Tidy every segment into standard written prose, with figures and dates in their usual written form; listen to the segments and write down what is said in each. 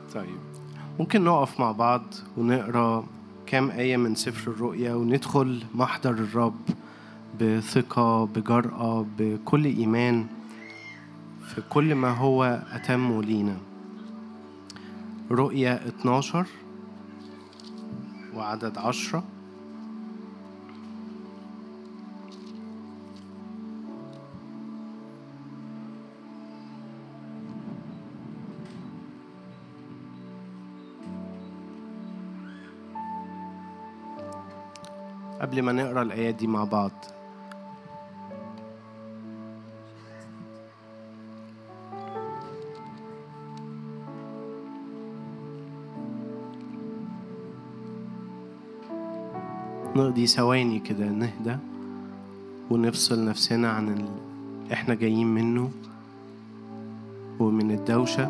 طيب، ممكن نقف مع بعض ونقرأ كام آية من سفر الرؤيا وندخل محضر الرب بثقة، بجرأة، بكل إيمان في كل ما هو أتم لينا. رؤيا 12 وعدد 10. قبل ما نقرأ الآيات دي مع بعض، نقضي ثواني كده، نهدى ونفصل نفسنا عن احنا جايين منه ومن الدوشة.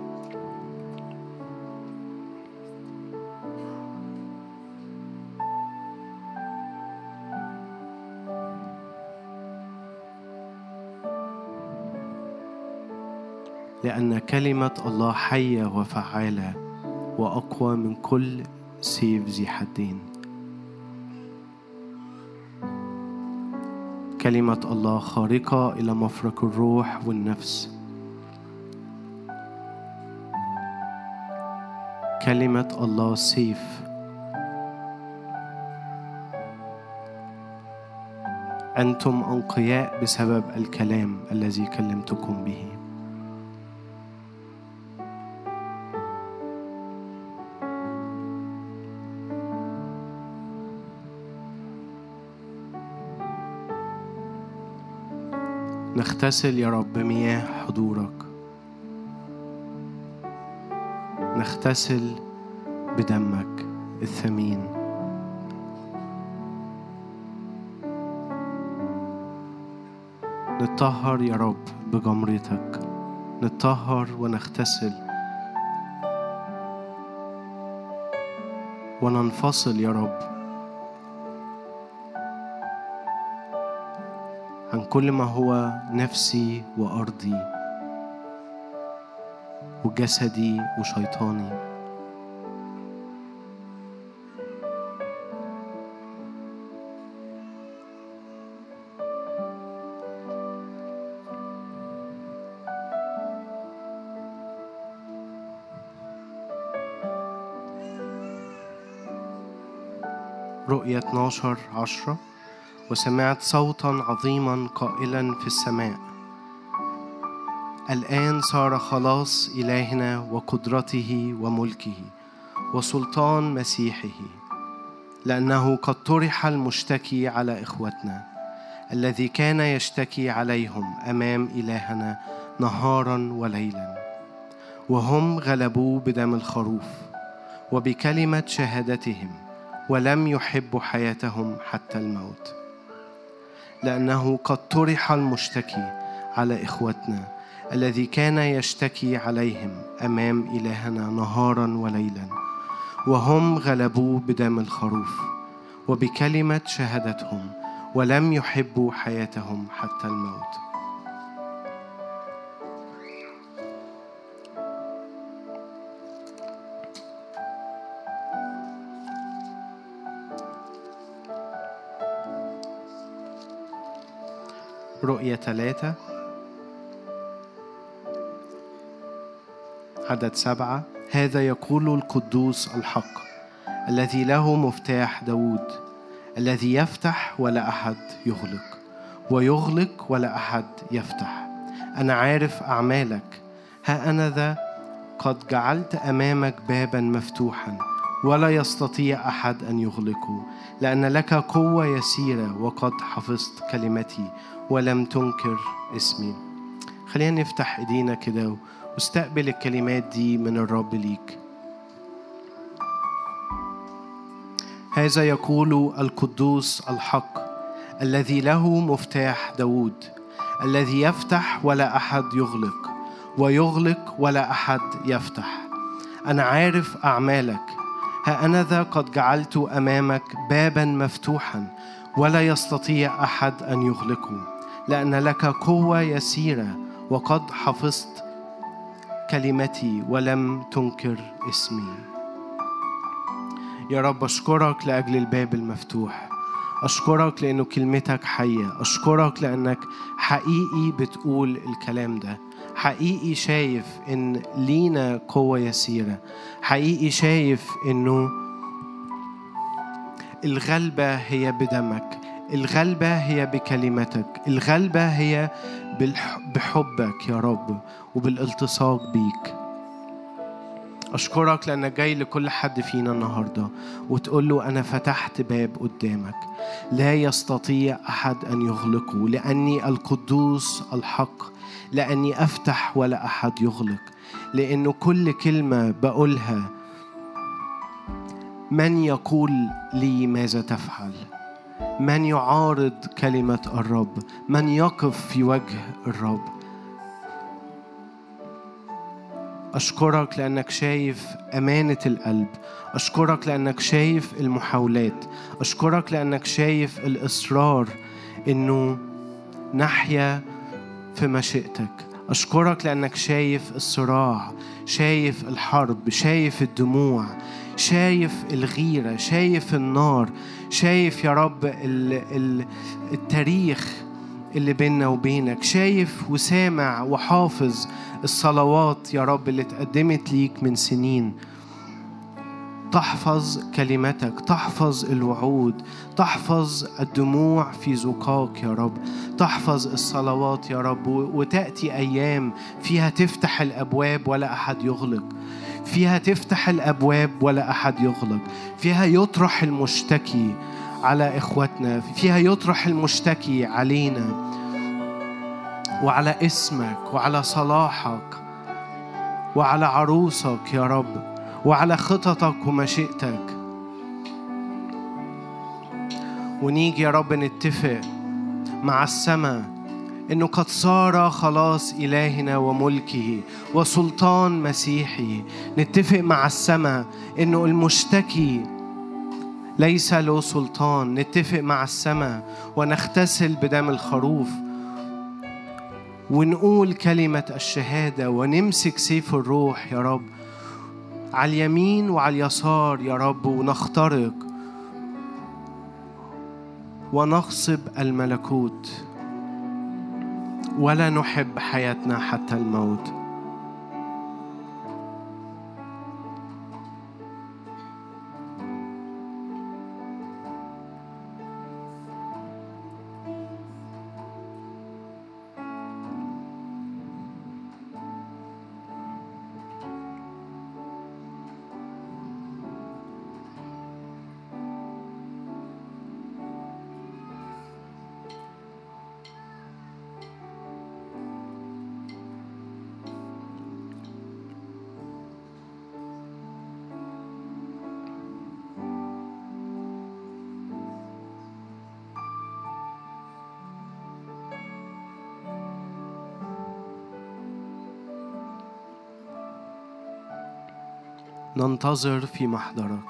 لأن كلمة الله حية وفعالة وأقوى من كل سيف ذي حدين. كلمة الله خارقة إلى مفرق الروح والنفس. كلمة الله سيف. أنتم أنقياء بسبب الكلام الذي كلمتكم به. نغتسل يا رب بمياه حضورك، نغتسل بدمك الثمين. نتطهر يا رب بجمرتك، نتطهر ونغتسل وننفصل يا رب عن كل ما هو نفسي وأرضي وجسدي وشيطاني. رؤيا 12:10. وسمعت صوتا عظيما قائلا في السماء: الآن صار خلاص إلهنا وقدرته وملكه وسلطان مسيحه، لأنه قد طرح المشتكي على إخوتنا الذي كان يشتكي عليهم أمام إلهنا نهارا وليلا، وهم غلبوه بدم الخروف وبكلمة شهادتهم، ولم يحبوا حياتهم حتى الموت. لأنه قد طرح المشتكي على إخوتنا الذي كان يشتكي عليهم أمام إلهنا نهارا وليلا، وهم غلبوه بدم الخروف وبكلمة شهادتهم، ولم يحبوا حياتهم حتى الموت. رؤيا 3 عدد 7. هذا يقول القدوس الحق الذي له مفتاح داود، الذي يفتح ولا أحد يغلق، ويغلق ولا أحد يفتح. أنا عارف أعمالك، ها أنا ذا قد جعلت أمامك بابا مفتوحا ولا يستطيع أحد أن يغلقه، لأن لك قوة يسيرة وقد حفظت كلمتي ولم تنكر اسمي. خلينا نفتح ايدينا كده واستقبل الكلمات دي من الرب ليك. هذا يقول القدوس الحق الذي له مفتاح داود، الذي يفتح ولا أحد يغلق، ويغلق ولا أحد يفتح. أنا عارف أعمالك، ها أنا ذا قد جعلت أمامك بابا مفتوحا ولا يستطيع أحد أن يغلقه، لأن لك قوة يسيرة وقد حفظت كلمتي ولم تنكر اسمي. يا رب أشكرك لأجل الباب المفتوح، أشكرك لأنه كلمتك حية، أشكرك لأنك حقيقي بتقول الكلام ده، حقيقي شايف إن لينا قوة يسيرة، حقيقي شايف إنه الغلبة هي بدمك، الغلبة هي بكلمتك، الغلبة هي بحبك يا رب وبالالتصاق بيك. أشكرك لأنك جاي لكل حد فينا النهاردة وتقول له أنا فتحت باب قدامك لا يستطيع أحد أن يغلقه، لأني القدوس الحق، لأني أفتح ولا أحد يغلق، لأنه كل كلمة بقولها من يقول لي ماذا تفعل، من يعارض كلمة الرب، من يقف في وجه الرب. أشكرك لأنك شايف أمانة القلب، أشكرك لأنك شايف المحاولات، أشكرك لأنك شايف الإصرار إنه نحيا في مشيئتك، أشكرك لأنك شايف الصراع، شايف الحرب، شايف الدموع، شايف الغيرة، شايف النار، شايف يا رب التاريخ اللي بيننا وبينك، شايف وسامع وحافظ الصلوات يا رب اللي اتقدمت ليك من سنين. تحفظ كلمتك، تحفظ الوعود، تحفظ الدموع في زقاق يا رب، تحفظ الصلوات يا رب، وتأتي أيام فيها تفتح الأبواب ولا أحد يغلق، فيها تفتح الأبواب ولا أحد يغلق، فيها يطرح المشتكي على إخوتنا، فيها يطرح المشتكي علينا وعلى اسمك وعلى صلاحك وعلى عروسك يا رب وعلى خططك ومشيئتك. ونيجي يا رب نتفق مع السماء إنه قد صار خلاص إلهنا وملكه وسلطان مسيحي. نتفق مع السماء إنه المشتكي ليس له سلطان. نتفق مع السماء ونغتسل بدم الخروف ونقول كلمة الشهادة ونمسك سيف الروح يا رب على اليمين وعلى اليسار يا رب، ونخترق ونغصب الملكوت ولا نحب حياتنا حتى الموت. ننتظر في محضرك.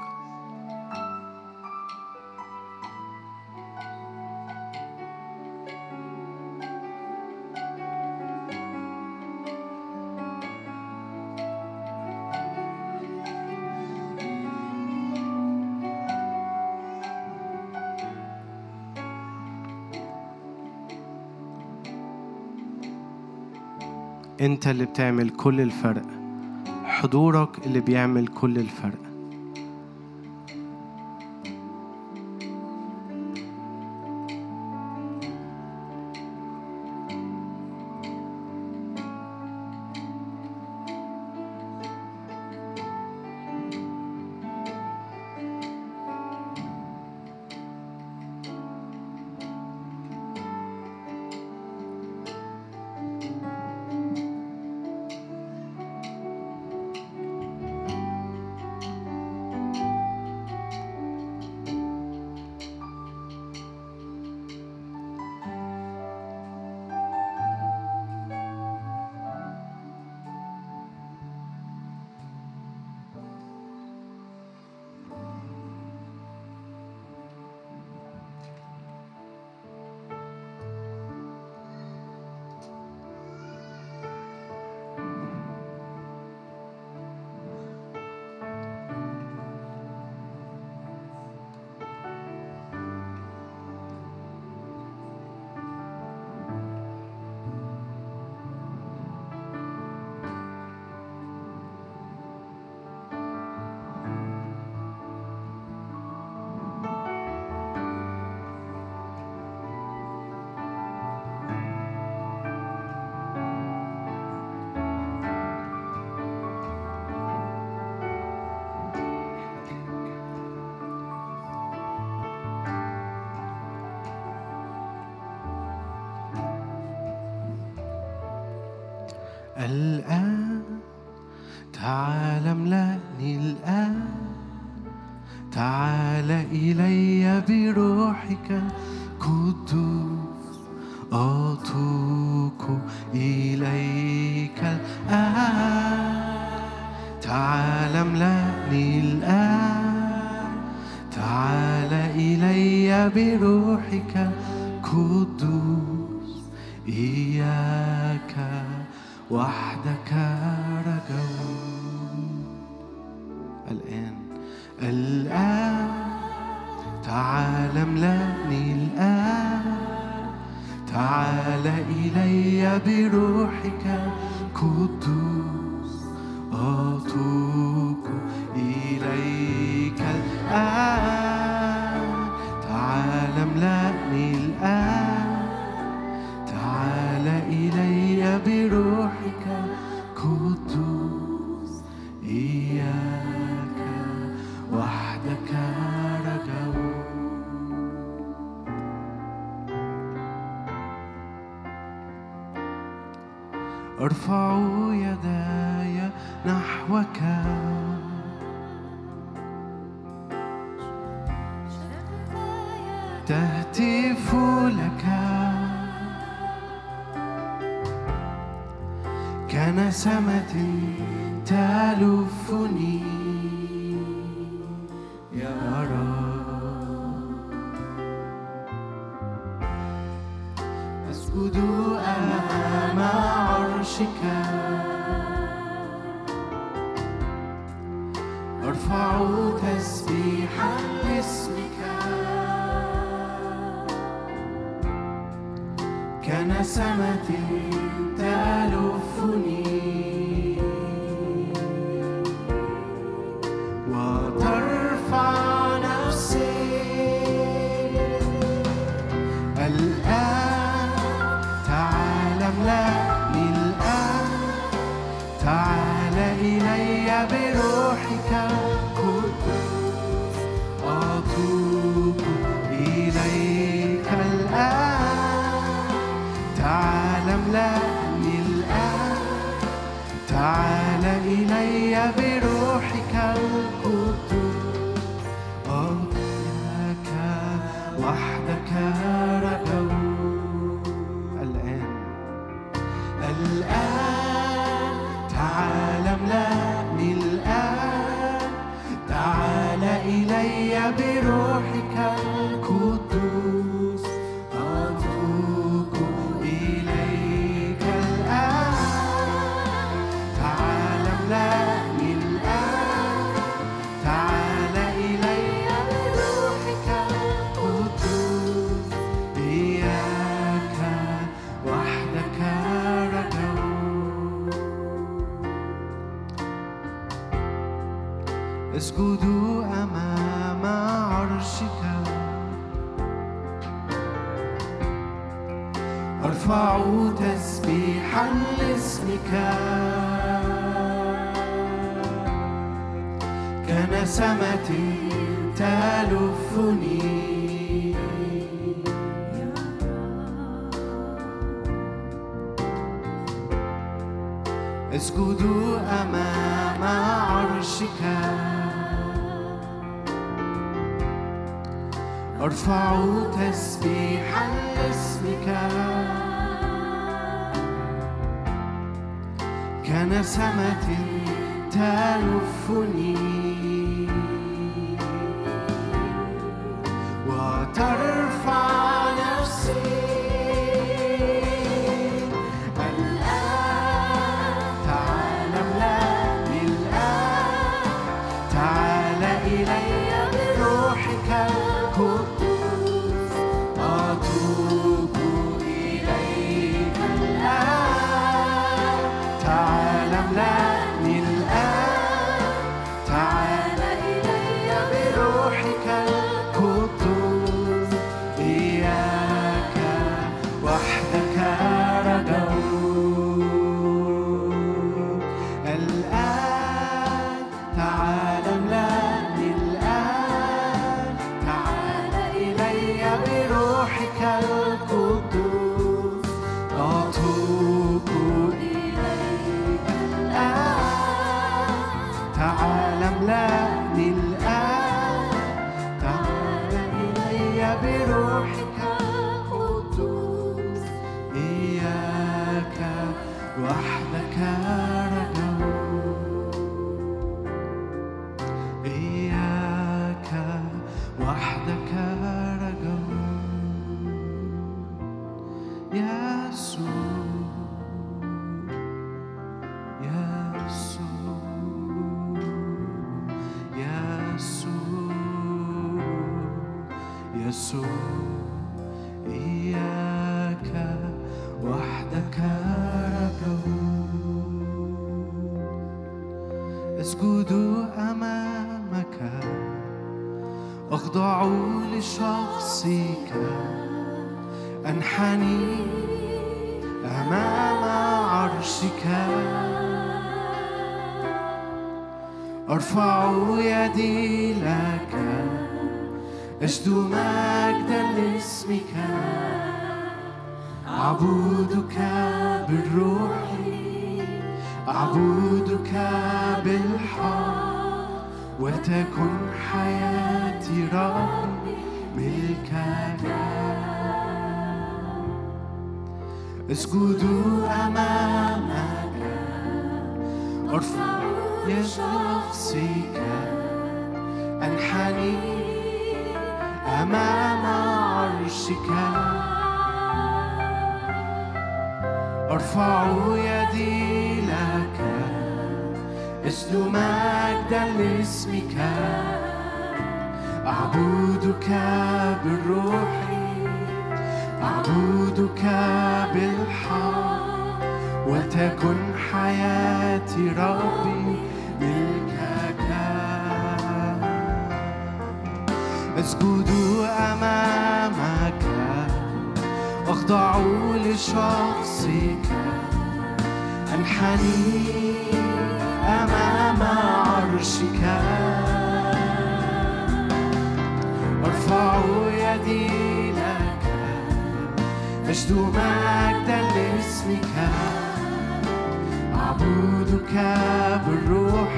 أنت اللي بتعمل كل الفرق، حضورك اللي بيعمل كل الفرق. تعال املأني الآن، تعال إلي بروحك القدوس، أتوق إليك الآن. تعال املأني الآن، تعال إلي بروحك القدوس، إياك وحدك رجوت. الآن تعال املأني الآن، تعال إلي بروحك القدوس، أتوق إليك الآن. تعال املأني الآن، تعال إلي بروحك القدوس، إياك وحدك رجوت. أرفع يداي نحوك، تهتف لك كنسمة تلفني يا رب. أسجد أمام عرشك، أرفع تسبيحا لاسمك كنسمة تلفني، وترفع نفسي الآن. تعال املأني الآن، تعال إلي بروحك القدوس، أتوب إليك الآن. تعال املأني الآن، تعال إلي بروحك القدوس، إياك وحدك رجوت. الآن تعال املأني الآن، تعال إلي بروحك القدوس، أتوب إليك الآن. تعال املأني الآن، تعال إلي بروحك القدوس، إياك وحدك رجوت. اسجد أمام عرشك، أرفع تسبيحا لاسمك كنسمة تلفني. اسجد أمام عرشك، أرفع تسبيحا لاسمك كنسمة تلفني، وترفع نفسي الآن. تعال املأني الآن، تعال إلي بروحك القدوس، أتوب إليك الآن. تعال املأني الآن، تعال يسوع إياك وحدك رجوت، أسجد أمامك، أخضع لشخصك، أنحني أمام عرشك، أرفع يدي لك، أشد مجدا لاسمك، أعبدك بالروح، أعبدك بالحق، وتكن حياتي ربي ملكك، أسجد أمامك، أرفع لشخصك، أنحني أمام عرشك، أرفع يدي لك، أسجد مجدا لاسمك، أعبدك بالروح، أعبدك بالحق، وتكن حياتي ربي ملكك، أسجد أمامك، أخضع لشخصك، أنحني أمام عرشك، أرفع يدي لك، أشد مجدا لاسمك، أعبدك بالروح،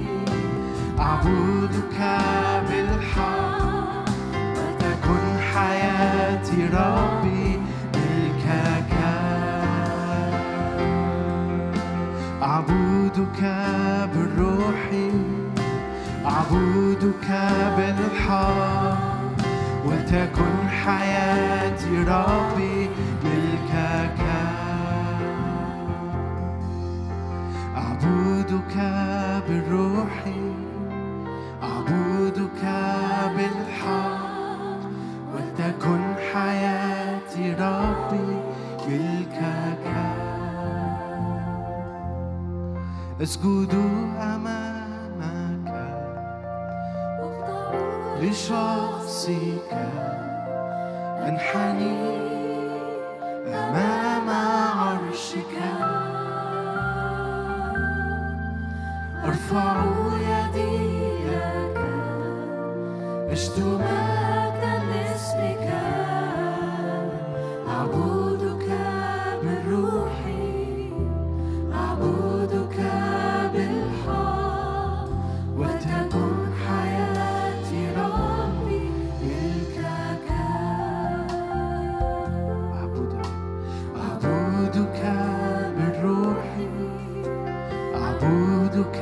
أعبدك بالحق، وتكن حياتي ربي ملكك، أعبدك بالروح، أعبدك بالحق، وتكن حياتي ربي ملكك، أعبدك بالروح، أعبدك بالحق، وتكن حياتي ربي ملكك، أسجد أمامك، لشخصك، أنحني أمام عرشك، أرفع يدي لك، أشد مجدا لاسمك، أعبدك بالروح، أعبدك بالحق، وتكن حياتي ربي ملكك، أعبدك بالروح، أعبدك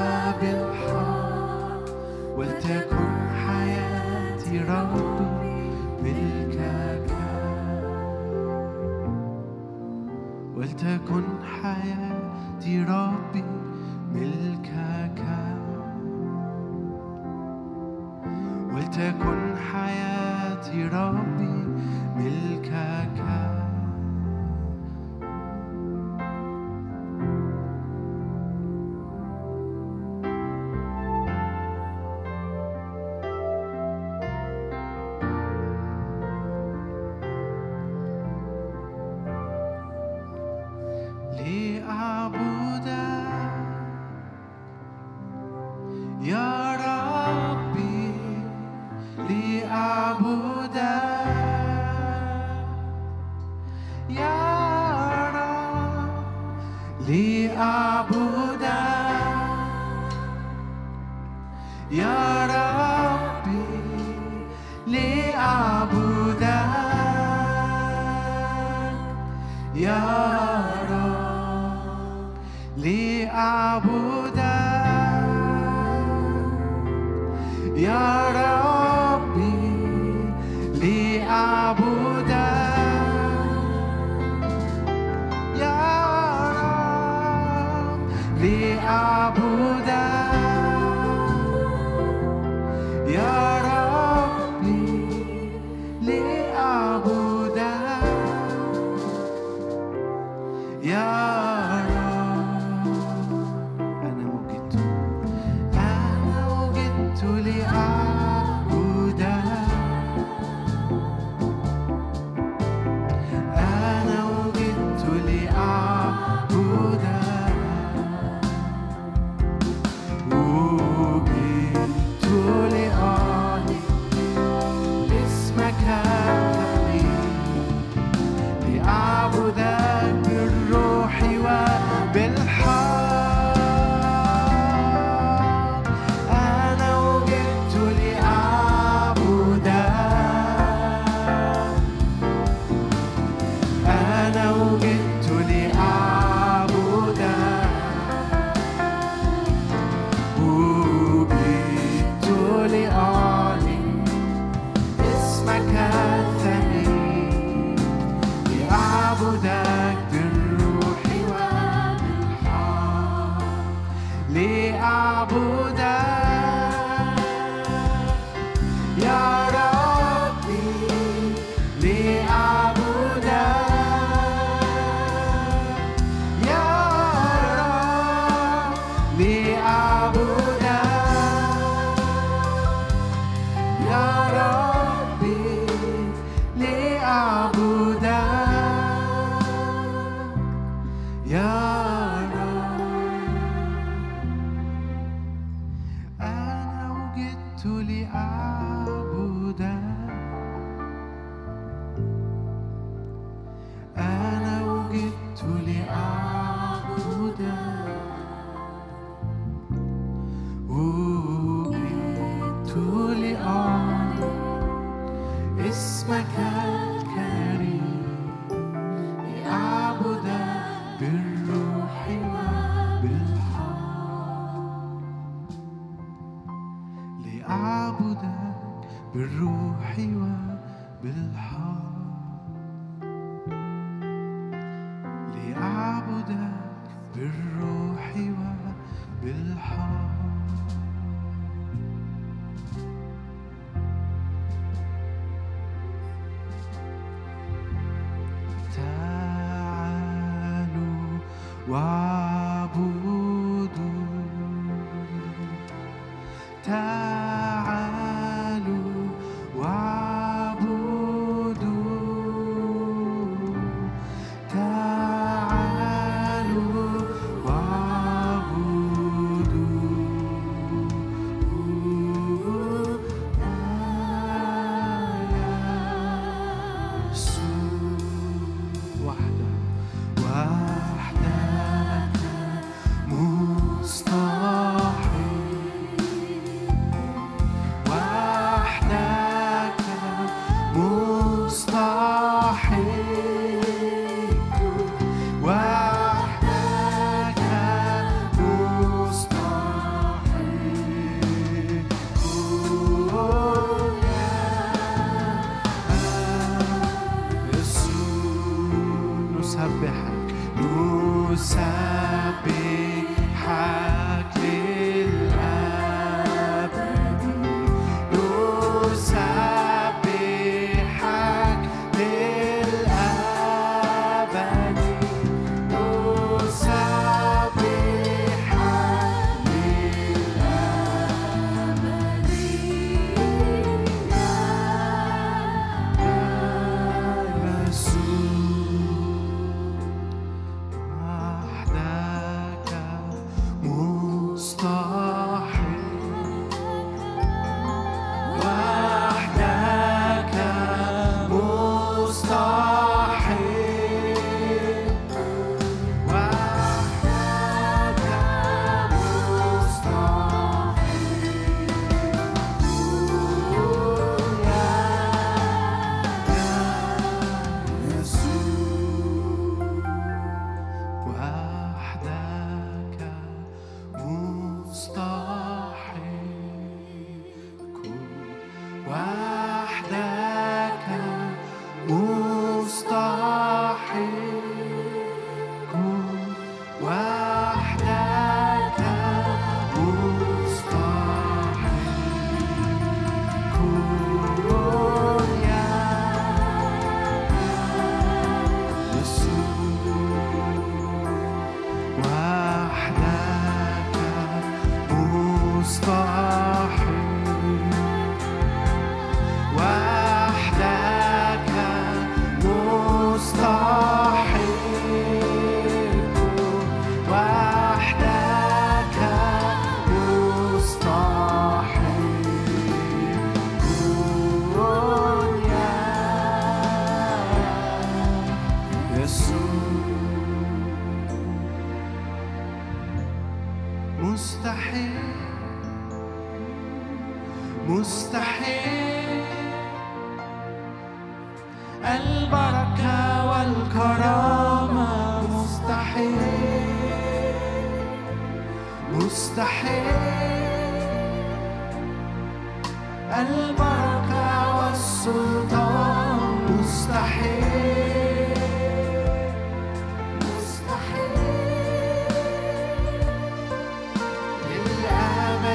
بالحق، ولتكن حياتي ربي ملكك، ولتكن حياتي ربي ملكك، ولتكن حياتي ربي ملكك،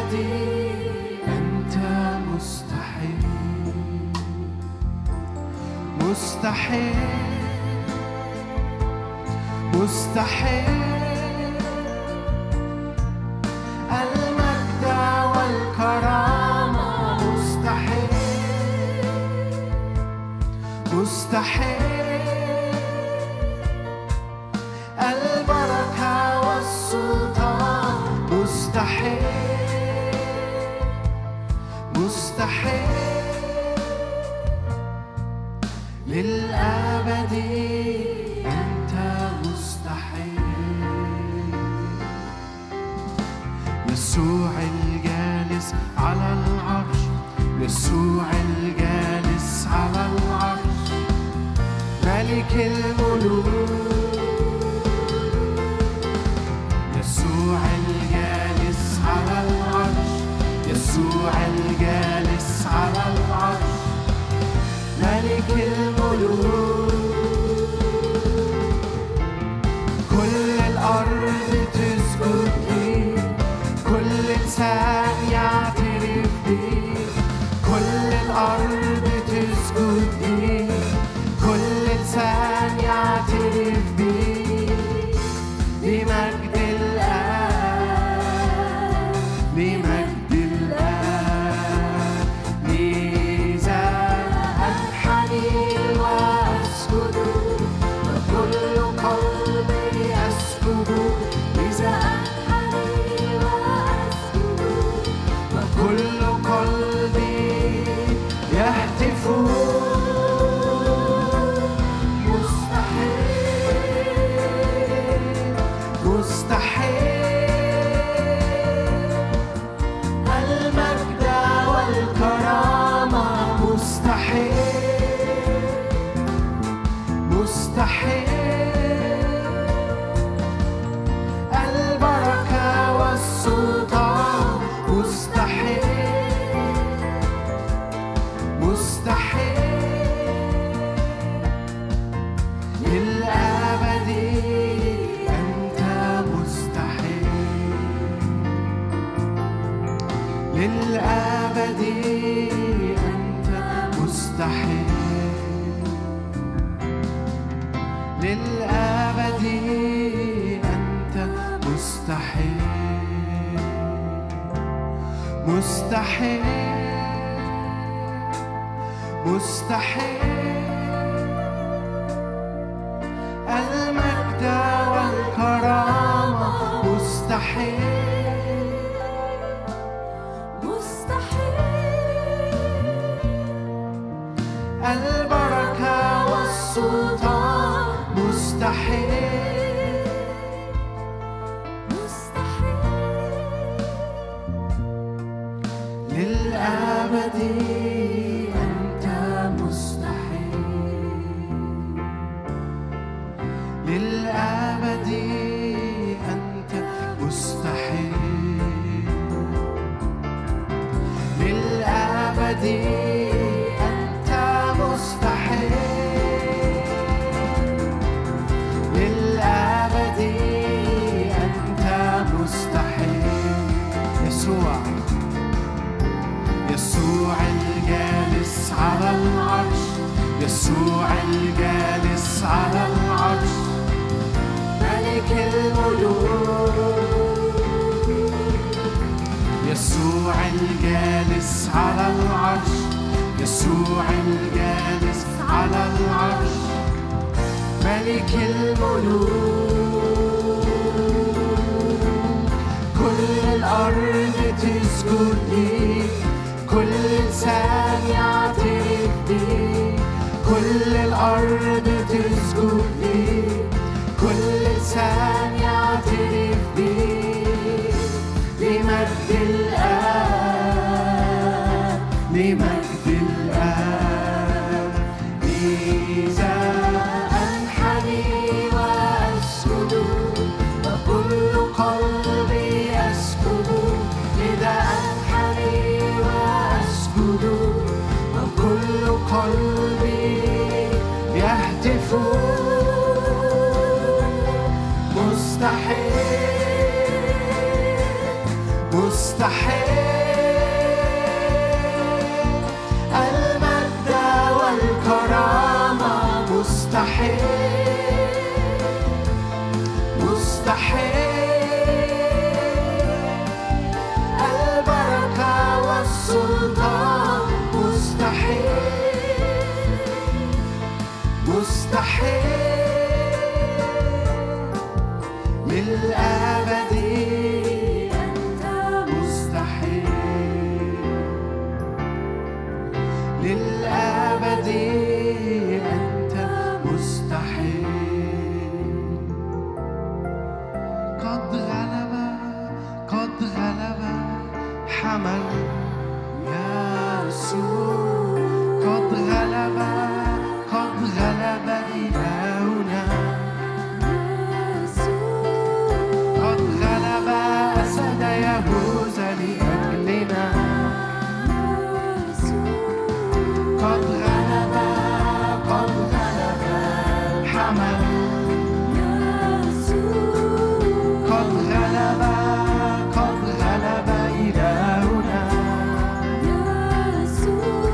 أنت مستحيل مستحيل مستحيل المجد والكرامة مستحيل مستحيل البركة والسلطان مستحيل مستحيل للأبد أنت مستحيل يسوع الجالس على العرش يسوع الجالس على العرش ملك الملوك يسوع الجالس على العرش يسوع الجالس على العرش ملك الملوك كل الأرض تسجد ليه كل إنسان يعترف بيه كل الأرض تسجد ليه كل إنسان يعترف بيه لمجد الآب لمجد الآب لذا أنحني وأسجد وكل قلبي يسجد لذا أنحني وأسجد وكل قلبي يهتف مستحيل مستحيل المجد والكرامة مستحيل مستحيل البركة والسلطان مستحيل مستحيل للأبد أنت مستحيل للأبد أنت مستحيل للأبد أنت مستحيل مستحيل مستحيل المجد والكرامة مستحيل مستحيل البركة والسلطان مستحيل مستحيل للأبد أنت مستحيل للأبد أنت مستحيل للأبد أنت مستحيل للأبد أنت مستحيل يسوع يسوع الجالس على العرش يسوع الجالس على العرش ملك الملوك يسوع الجالس على العرش يسوع الجالس على العرش ملك الملوك كل الأرض تسجد ليه كل إنسان يعترف بيه كل الأرض تسجد ليه كل إنسان يعترف بيه لمجد الآب لمجد الآب لذا أنحني وأسجد وكل قلبي يسجد لذا أنحني وأسجد وكل قلبي يهتف مستحيل مستحيل المجد والكرامة مستحيل مستحيل البركة والسلطان مستحيل مستحيل للأبد أنت مستحيل للأبد أنت مستحيل قد غلب حمل يسوع قد غلب إلهنا قد غلب أسد يهوذا لأجلنا قد غلب حمل قد غلب إلهنا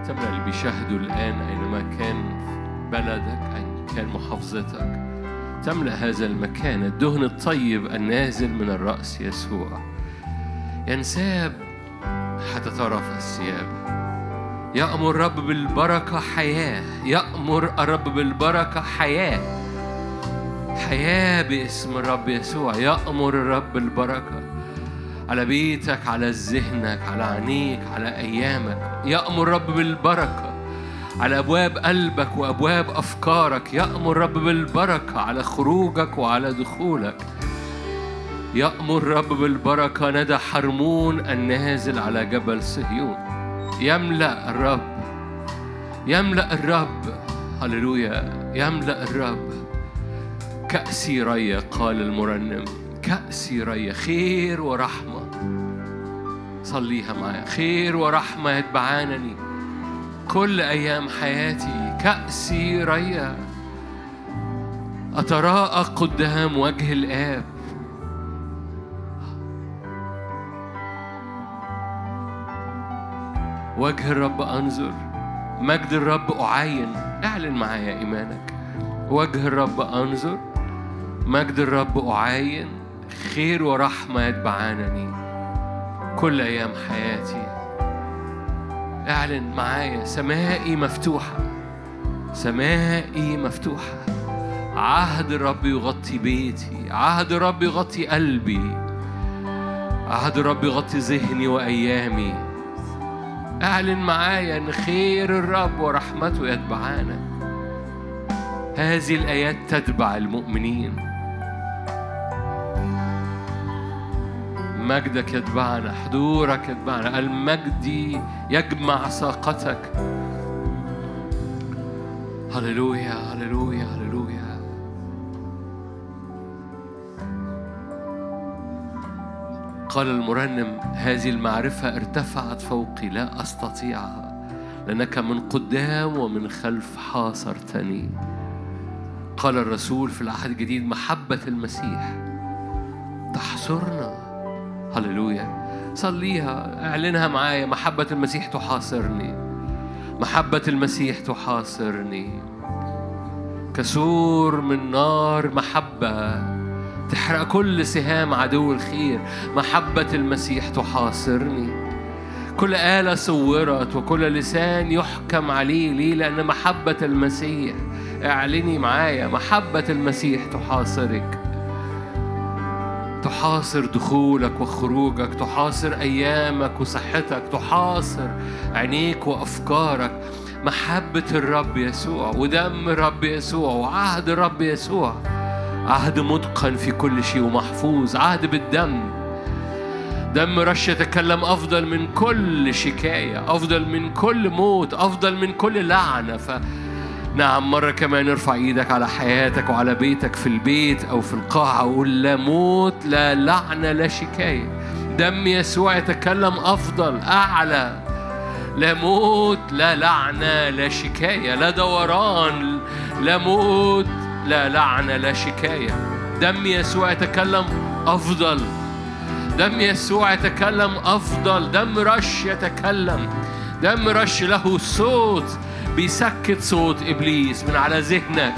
تملأ اللي بيشاهدوا الآن أينما كان بلدك، أين كان محافظتك. تملأ هذا المكان الدهن الطيب النازل من الرأس يسوع. ينساب حتى ترف الثياب. يأمر الرب بالبركة حياة. يأمر الرب بالبركة حياة. حياة باسم الرب يسوع. يأمر الرب البركة على بيتك، على ذهنك، على عينيك، على أيامك. يأمر الرب بالبركة على أبواب قلبك وأبواب أفكارك. يأمر الرب بالبركة على خروجك وعلى دخولك. يأمر الرب بالبركة ندى حرمون النازل على جبل صهيون. يملأ الرب، يملأ الرب، هللويا، يملأ الرب. كأسي ريا، قال المرنم، كأسي ريا، خير ورحمة. صليها معايا. خير ورحمة يتبعانني كل أيام حياتي. كأسي ريا، أتراءى قدام وجه الآب. وجه الرب أنظر، مجد الرب أعاين. اعلن معايا إيمانك. وجه الرب أنظر، مجد الرب أعاين، خير ورحمة يتبعانني كل أيام حياتي. اعلن معايا. سمائي مفتوحة، سمائي مفتوحة. عهد الرب يغطي بيتي، عهد الرب يغطي قلبي، عهد الرب يغطي ذهني وأيامي. اعلن معايا ان خير الرب ورحمته يتبعانا. هذه الآيات تتبع المؤمنين. مجدك يتبعنا، حضورك يتبعنا، المجد يجمع ساقتك. هللويا هللويا هللويا. قال المرنم: هذه المعرفة ارتفعت فوقي لا أستطيعها، لأنك من قدام ومن خلف حاصرتني. قال الرسول في العهد الجديد: محبة المسيح تحصرنا. هللويا. صليها، اعلنها معايا. محبة المسيح تحاصرني، محبة المسيح تحاصرني. كسور من نار محبة تحرق كل سهام عدو الخير. محبة المسيح تحاصرني. كل آلة صورت وكل لسان يحكم عليه. ليه؟ لأن محبة المسيح. اعلني معايا. محبة المسيح تحاصرك، تحاصر دخولك وخروجك، تحاصر أيامك وصحتك، تحاصر عينيك وأفكارك. محبة الرب يسوع ودم الرب يسوع وعهد الرب يسوع. عهد متقن في كل شيء ومحفوظ. عهد بالدم. دم رش يتكلم أفضل من كل شكاية، أفضل من كل موت، أفضل من كل لعنة. نعم، مرة كمان ارفع ايدك على حياتك وعلى بيتك، في البيت أو في القاعة، وقول: لا موت، لا لعنة، لا شكاية. دم يسوع يتكلم أفضل، أعلى. لا موت، لا لعنة، لا شكاية، لا دوران، لا موت، لا لعنة، لا شكاية. دم يسوع يتكلم أفضل. دم يسوع يتكلم أفضل. دم رش يتكلم. دم رش له صوت بيسكت صوت إبليس من على ذهنك،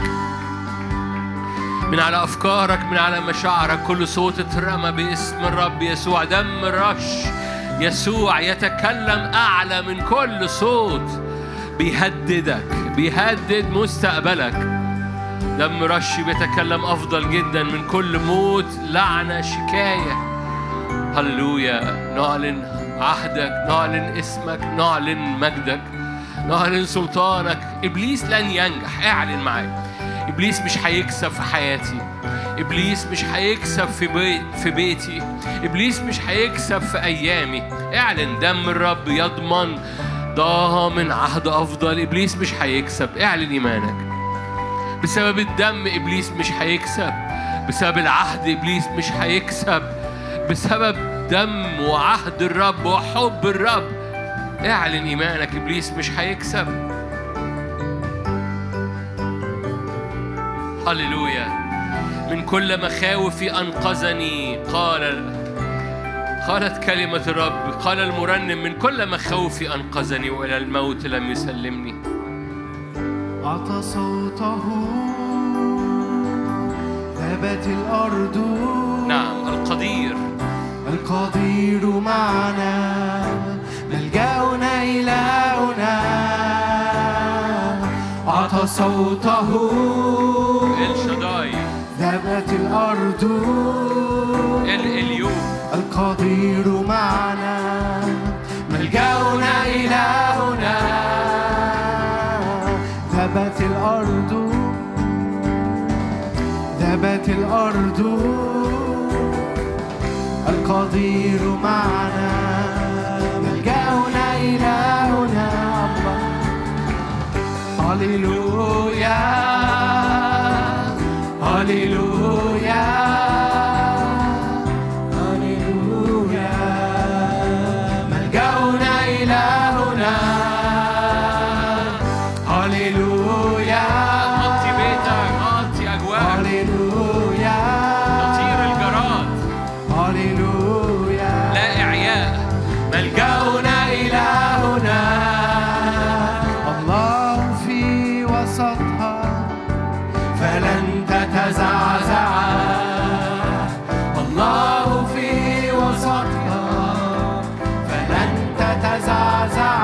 من على أفكارك، من على مشاعرك. كل صوت اترمى باسم الرب يسوع. دم رش يسوع يتكلم أعلى من كل صوت بيهددك، بيهدد مستقبلك. دم رش بيتكلم أفضل جدا من كل موت، لعنة، شكاية. هللويا. نعلن عهدك، نعلن اسمك، نعلن مجدك، نعلن سلطانك. إبليس لن ينجح. اعلن معايا. إبليس مش هيكسب في حياتي. إبليس مش هيكسب في بيتي. إبليس مش هيكسب في أيامي. اعلن. دم الرب يضمن، ضامن عهد أفضل. إبليس مش هيكسب. اعلن إيمانك. بسبب الدم إبليس مش هيكسب. بسبب العهد إبليس مش هيكسب. بسبب دم وعهد الرب وحب الرب. اعلن إيمانك. إبليس مش هيكسب. هللويا. من كل مخاوفي أنقذني. قال قالت كلمة الرب، قال المرنم: من كل مخاوفي أنقذني وإلى الموت لم يسلمني. أعطى صوته ذابت الأرض. نعم، القدير معنا، ملجأنا إلهنا. أعطى صوته الشداي، ذابت الأرض. اليوم القدير معنا، ملجأنا إلهنا. ذابت الأرض، ذابت الأرض. القدير معنا، ملجأنا إلهنا. هللويا هللويا هللويا. ملجأنا إلهنا. هللويا. غطي بيتك، غطي أجواءك، هللويا. تطير الجراد. هللويا. لا إعياء. ملجأنا إلهنا. الله في وسطها فلن تتزعزع. الله في وسطها فلن تتزعزع.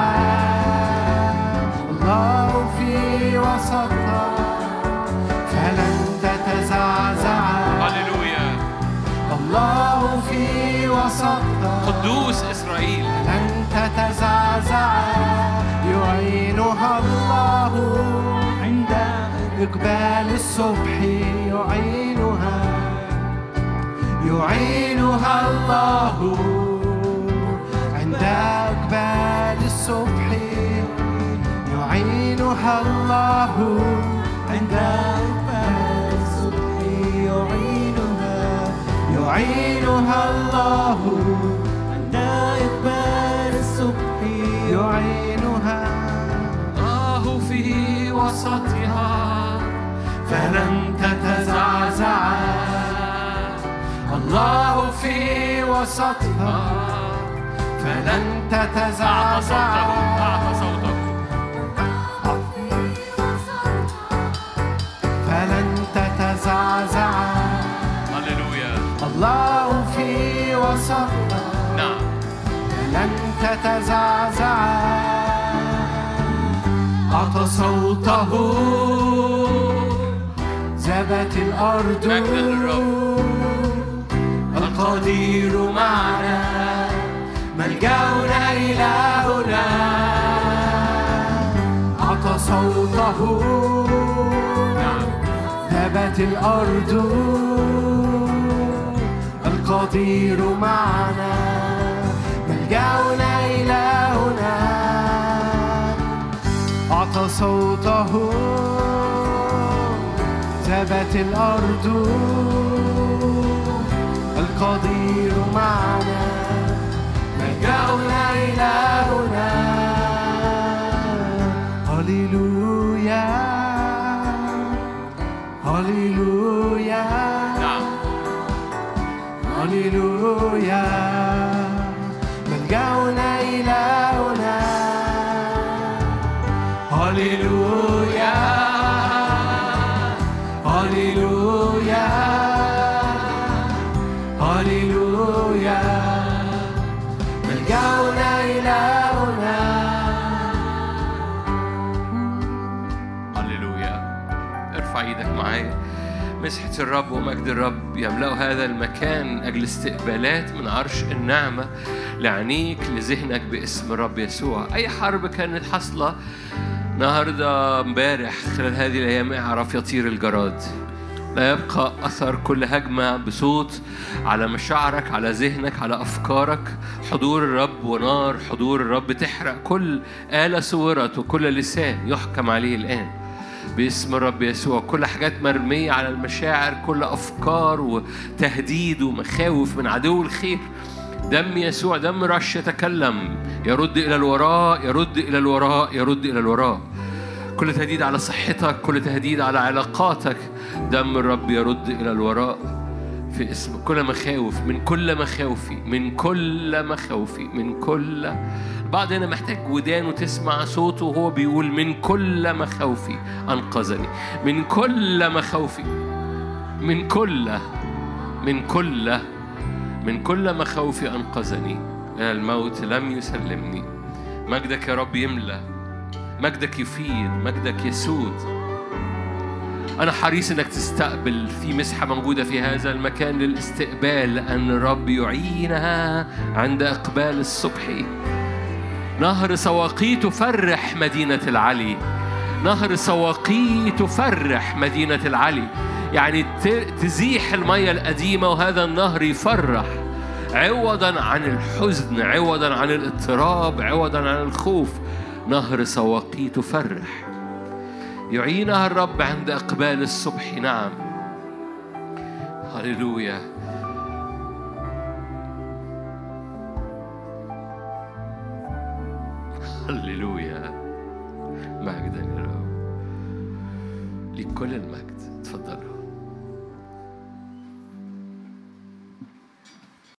الله في وسطها فلن تتزعزع. هللويا. الله في وسطها قدوس إسرائيل، لن تتزعزع. يعينها الله عند إقبال الصبح. يعينها الله عند إقبال الصبح. يعينها الله عند إقبال الصبح. يعينها الله عند إقبال الصبح. يعينها. الله في وسطها فلن تتزعزع. الله في وسطها فلن تتزعزع. أعطى صوته فلن تتزعزع. هللويا. الله في وسطها نعم، لن تتزعزع. أعطى صوته ذابت الأرض. مجد للرب. القدير معنا، ملجأنا إلهنا. أعطى صوته نعم، ذابت الأرض. القدير معنا، ملجأنا إلهنا. أعطى صوته ذابت الأرض. القدير معنا، ملجأنا إلهنا. هللويا هللويا. نعم، هللويا. ملجأنا إلهنا. هللويا هللويا هللويا. ملجأنا إلهنا. هللويا. ارفع ايدك معايا. مسحة الرب ومجد الرب يملأ هذا المكان أجل استقبالات من عرش النعمة لعينيك لذهنك باسم الرب يسوع. أي حرب كانت حاصلة النهارده امبارح خلال هذه الأيام اعرف يطير الجراد. لا يبقى أثر كل هجمة بصوت على مشاعرك، على ذهنك، على أفكارك. حضور الرب ونار حضور الرب تحرق كل آلة صورت وكل لسان يحكم عليه الآن باسم الرب يسوع. كل حاجات مرمية على المشاعر، كل أفكار وتهديد ومخاوف من عدو الخير. دم يسوع، دم رش يتكلم، يرد إلى الوراء، يرد إلى الوراء، يرد إلى الوراء. كل تهديد على صحتك، كل تهديد على علاقاتك، دم الرب يرد إلى الوراء في اسم كل مخاوف، من كل مخاوفي، من كل مخاوفي، من كل. البعض هنا محتاج ودانه تسمع صوته وهو بيقول من كل مخاوفي أنقذني، من كل مخاوفي، من كل مخاوفي أنقذني، الموت لم يسلمني. مجدك يا رب يملأ، مجدك يفيد، مجدك يسود. أنا حريص إنك تستقبل، في مسحة موجودة في هذا المكان للاستقبال، لأن الرب يعينها عند إقبال الصبح. نهر سواقي تفرح مدينة العلي، نهر سواقي تفرح مدينة العلي، يعني تزيح المية القديمة وهذا النهر يفرح، عوضا عن الحزن، عوضا عن الاضطراب، عوضا عن الخوف. نهر سواقي تفرح، يعينها الرب عند إقبال الصبح. نعم، هللويا. هللويا، مجدا يا رب، لكل المجد. تفضلوا.